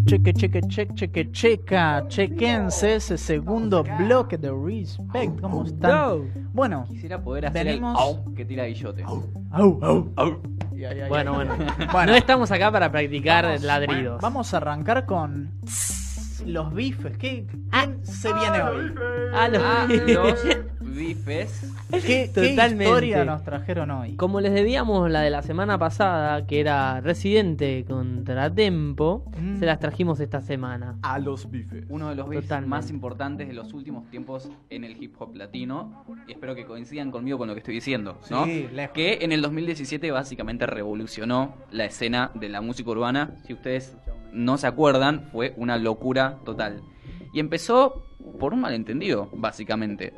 Chequense ese segundo bloque de Respect. ¿Cómo están? Bueno, quisiera poder hacer venimos... el au que tira Guillote. Bueno. No estamos acá para practicar ladridos. Vamos a arrancar con los bifes. ¿Quién se viene hoy? Los bifes. ¿Qué historia nos trajeron hoy? Como les debíamos la de la semana pasada, que era Residente contra Tempo, se las trajimos esta semana. A los bifes. Uno de los bifes Totalmente. más importantes de los últimos tiempos en el hip hop latino. Y espero que coincidan conmigo con lo que estoy diciendo, ¿no? Sí, lejos. Que en el 2017 básicamente revolucionó la escena de la música urbana. Si ustedes no se acuerdan, fue una locura total. Y empezó por un malentendido, básicamente.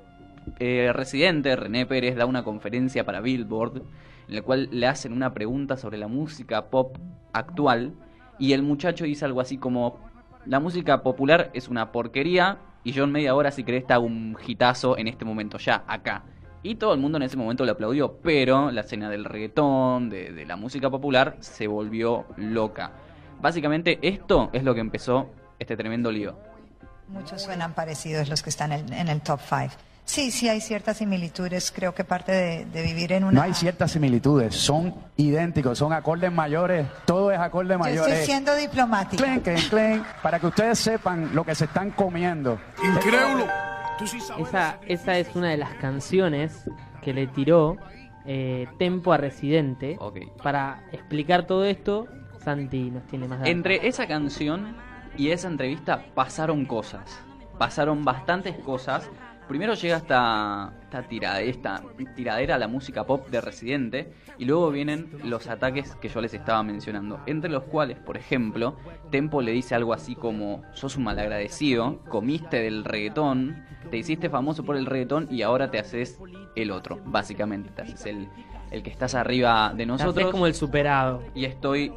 Residente, René Pérez, da una conferencia para Billboard en la cual le hacen una pregunta sobre la música pop actual y el muchacho dice algo así como: la música popular es una porquería y yo en media hora si querés te hago un hitazo en este momento, ya, acá. Y todo el mundo en ese momento le aplaudió, pero la escena del reggaetón, de la música popular, se volvió loca. Básicamente esto es lo que empezó este tremendo lío. Muchos suenan parecidos los que están en el top 5. Sí, hay ciertas similitudes. Creo que parte de vivir en una... No hay ciertas similitudes, son idénticos, son acordes mayores, todo es acorde Yo mayores. estoy siendo diplomática. Clen, clen, clen, para que ustedes sepan lo que se están comiendo. Incrédulo. Tú sí sabes. Esa es una de las canciones que le tiró Tempo a Residente. Ok. Para explicar todo esto, Santi nos tiene más datos. Entre esa canción y esa entrevista pasaron cosas. Pasaron bastantes cosas. Primero llega esta tiradera a la música pop de Residente. Y luego vienen los ataques que yo les estaba mencionando. Entre los cuales, por ejemplo, Tempo le dice algo así como: sos un malagradecido, comiste del reggaetón, te hiciste famoso por el reggaetón y ahora te haces el otro. Básicamente, te haces el que estás arriba de nosotros. Es como el superado. Y estoy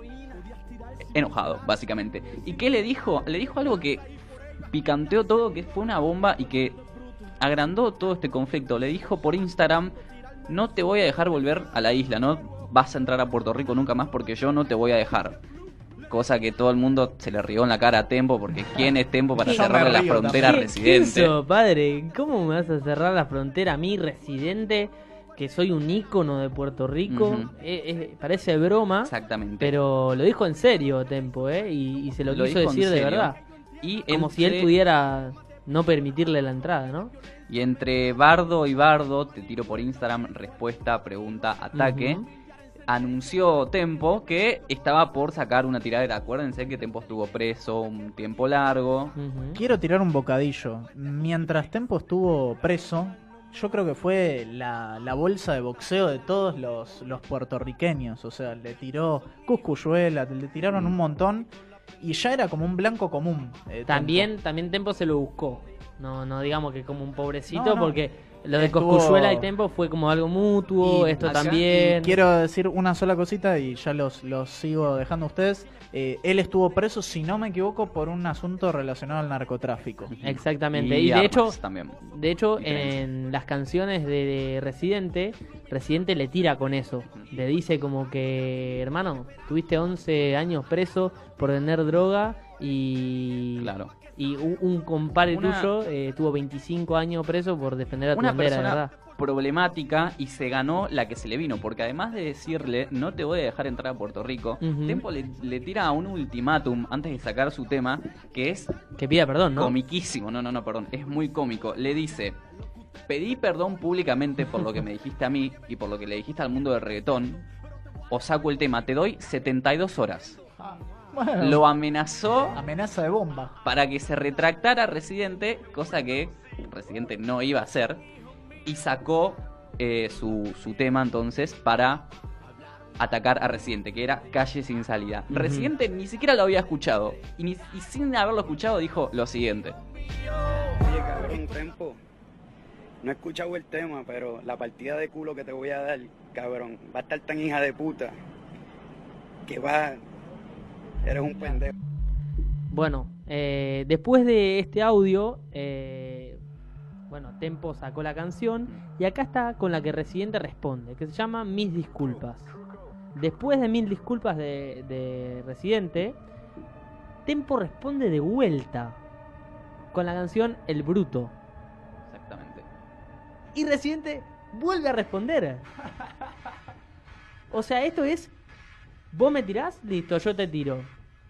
enojado, básicamente. ¿Y qué le dijo? Le dijo algo que picanteó todo, que fue una bomba y que agrandó todo este conflicto. Le dijo por Instagram: no te voy a dejar volver a la isla, no vas a entrar a Puerto Rico nunca más porque yo no te voy a dejar. Cosa que todo el mundo se le rió en la cara a Tempo, porque ¿quién es Tempo para Yo me cerrarle la río frontera a también. Residente? Eso, padre, ¿cómo me vas a cerrar la frontera a mí, Residente, que soy un ícono de Puerto Rico? Ujú. Parece broma, Exactamente. pero lo dijo en serio Tempo, y se lo quiso dijo en decir de serio. verdad. Y Como si él pudiera no permitirle la entrada, ¿no? Y entre bardo y bardo, te tiro por Instagram, respuesta, pregunta, ataque. Ujú. Anunció Tempo que estaba por sacar una tiradera. Acuérdense que Tempo estuvo preso un tiempo largo. Ujú. Quiero tirar un bocadillo. Mientras Tempo estuvo preso, yo creo que fue la bolsa de boxeo de todos los puertorriqueños. O sea, le tiró Cuscuyuela, le tiraron un montón y ya era como un blanco común. Tempo. También Tempo se lo buscó. No digamos que como un pobrecito, No, no. porque lo de Estuvo- Coscuyuela y Tempo fue como algo mutuo, Y esto acá- también. Y quiero decir una sola cosita y ya los sigo dejando a ustedes. Él estuvo preso, si no me equivoco, por un asunto relacionado al narcotráfico. Exactamente. Y Y de hecho, armas también. en las canciones de Residente le tira con eso. Le dice como que, hermano, tuviste 11 años preso por tener droga y... Claro. Y un compadre Una- tuyo tuvo 25 años preso por defender a tu Una bandera, persona ¿verdad? problemática y se ganó la que se le vino, porque además de decirle no te voy a dejar entrar a Puerto Rico, Ujú. Tempo le tira un ultimátum antes de sacar su tema que es Que pida perdón, ¿no? comiquísimo. No, perdón, es muy cómico. Le dice: pedí perdón públicamente por lo que me dijiste a mí y por lo que le dijiste al mundo del reggaetón, o saco el tema, te doy 72 horas. Bueno, Lo amenazó amenaza de bomba. para que se retractara Residente, cosa que Residente no iba a hacer, y sacó su tema entonces para atacar a Residente, que era Calle Sin Salida. Ujú. Residente ni siquiera lo había escuchado, y sin haberlo escuchado dijo lo siguiente: Oye, cabrón, Tempo, no he escuchado el tema, pero la partida de culo que te voy a dar, cabrón, va a estar tan hija de puta que eres un pendejo. Bueno, después de este audio, Tempo sacó la canción y acá está con la que Residente responde, que se llama Mis Disculpas. Después de Mil Disculpas de Residente, Tempo responde de vuelta con la canción El Bruto. Exactamente. Y Residente vuelve a responder. O sea, esto es... Vos me tirás, listo, yo te tiro.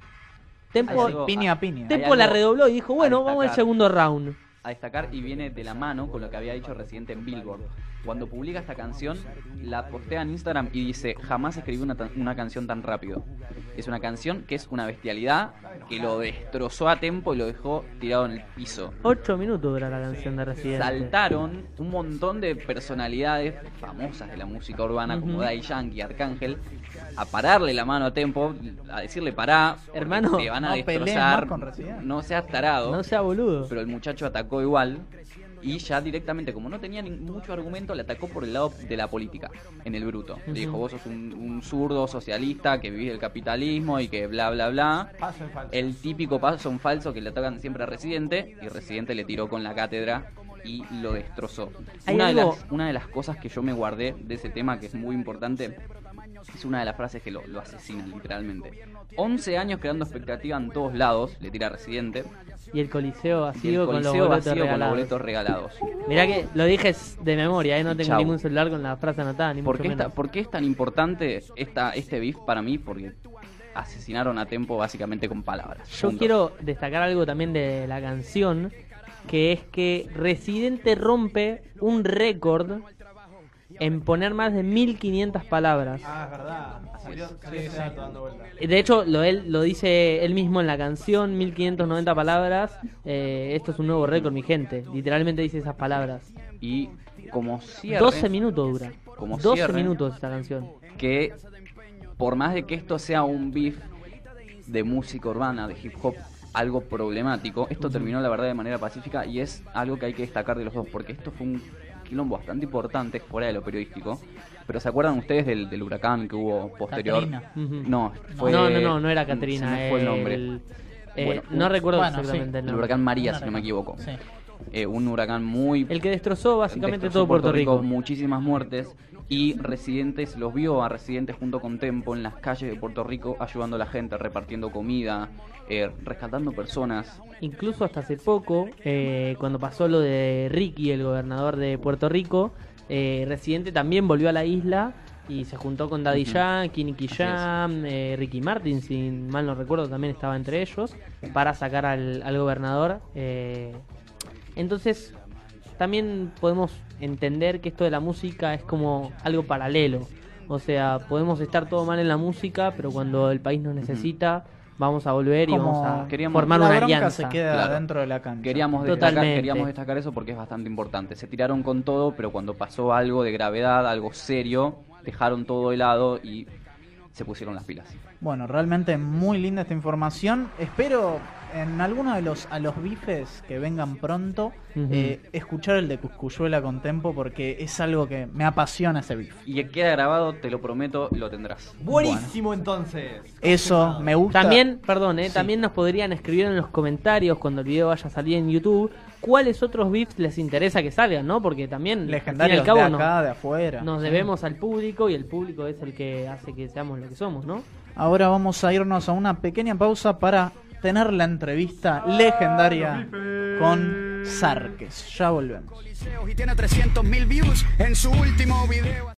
Tempo, Hay algo- Piña a piña. Tempo la redobló y dijo, bueno, vamos al destacar. segundo round. A destacar, y viene de la mano con lo que había dicho Residente en Billboard. Cuando publica esta canción, la postea en Instagram y dice: jamás escribí una canción tan rápido. Es una canción que es una bestialidad, que lo destrozó a Tempo y lo dejó tirado en el piso. 8 minutos dura la canción de Residente. Saltaron un montón de personalidades famosas de la música urbana, como Ujú. Daddy Yankee, Arcángel, a pararle la mano a Tempo, a decirle: pará, porque Hermano, te van a no pelees destrozar, más con Residente. no seas tarado. No sea boludo. Pero el muchacho atacó igual, y ya directamente, como no tenía mucho argumento, le atacó por el lado de la política, en el bruto. Le dijo: Ujú. vos sos un zurdo socialista que vivís del capitalismo y que bla bla bla. El típico paso en falso que le atacan siempre a Residente, y Residente le tiró con la cátedra y lo destrozó. Hay Una algo- de las cosas que yo me guardé de ese tema, que es muy importante, es una de las frases que lo asesinan literalmente. 11 años creando expectativa en todos lados, le tira Residente. Y el Coliseo Y el vacío con los Coliseo boletos vacío con los regalados. boletos regalados. Mirá que lo dije de memoria, no tengo Chau. ningún celular con la frase anotada, ni ¿Por mucho qué, menos. ¿Por qué es tan importante este beef para mí? Porque asesinaron a Tempo básicamente con palabras. Yo Punto. quiero destacar algo también de la canción, que es que Residente rompe un récord en poner más de 1500 palabras. Ah, es verdad. Salió ese dato dando vuelta. De hecho, él lo dice él mismo en la canción, 1590 palabras. Esto es un nuevo récord, mi gente. Literalmente dice esas palabras. Y como cierre, 12 minutos dura. Como 12 cierre. minutos esta canción. que por más de que esto sea un beef de música urbana, de hip hop, algo problemático, esto terminó la verdad de manera pacífica, y es algo que hay que destacar de los dos, porque esto fue un quilombo bastante importante fuera de lo periodístico. Pero ¿se acuerdan ustedes del huracán que hubo posterior? Catrina. Ujú. No, fue... No era se Catrina. me fue el nombre. Bueno, un- no recuerdo bueno, exactamente sí. el El nombre. huracán María, Un si no me huracán. equivoco. Sí. Un huracán muy... El que destrozó básicamente destrozó todo Puerto Rico. muchísimas muertes, y Residentes los vio a Residentes junto con Tempo en las calles de Puerto Rico, ayudando a la gente, repartiendo comida, rescatando personas. Incluso hasta hace poco, cuando pasó lo de Ricky, el gobernador de Puerto Rico, Residente también volvió a la isla y se juntó con Daddy Ujú. Yankee, Nicky Así Jam, Ricky Martin, si mal no recuerdo, también estaba entre ellos, para sacar al gobernador. Entonces, también podemos entender que esto de la música es como algo paralelo. O sea, podemos estar todo mal en la música, pero cuando el país nos necesita, vamos a volver y Como vamos a queríamos- formar la una bronca alianza. se queda Claro. dentro de la cancha. Queríamos Totalmente. destacar eso porque es bastante importante. Se tiraron con todo, pero cuando pasó algo de gravedad, algo serio, dejaron todo de lado y se pusieron las pilas. Bueno, realmente muy linda esta información. Espero en alguno de los bifes que vengan pronto Ujú. escuchar el de Cuscuyuela con Tempo, porque es algo que me apasiona ese bif. Y que queda grabado, te lo prometo, lo tendrás. Buenísimo, entonces. Eso me gusta. También, perdón, Sí. también nos podrían escribir en los comentarios cuando el video vaya a salir en YouTube cuáles otros beefs les interesa que salgan, ¿no? Porque también, Legendarios al fin y al de cabo, acá, de afuera. nos Sí. debemos al público y el público es el que hace que seamos lo que somos, ¿no? Ahora vamos a irnos a una pequeña pausa para tener la entrevista legendaria con Sarkes. Ya volvemos. Y tiene 300.000 views en su último video.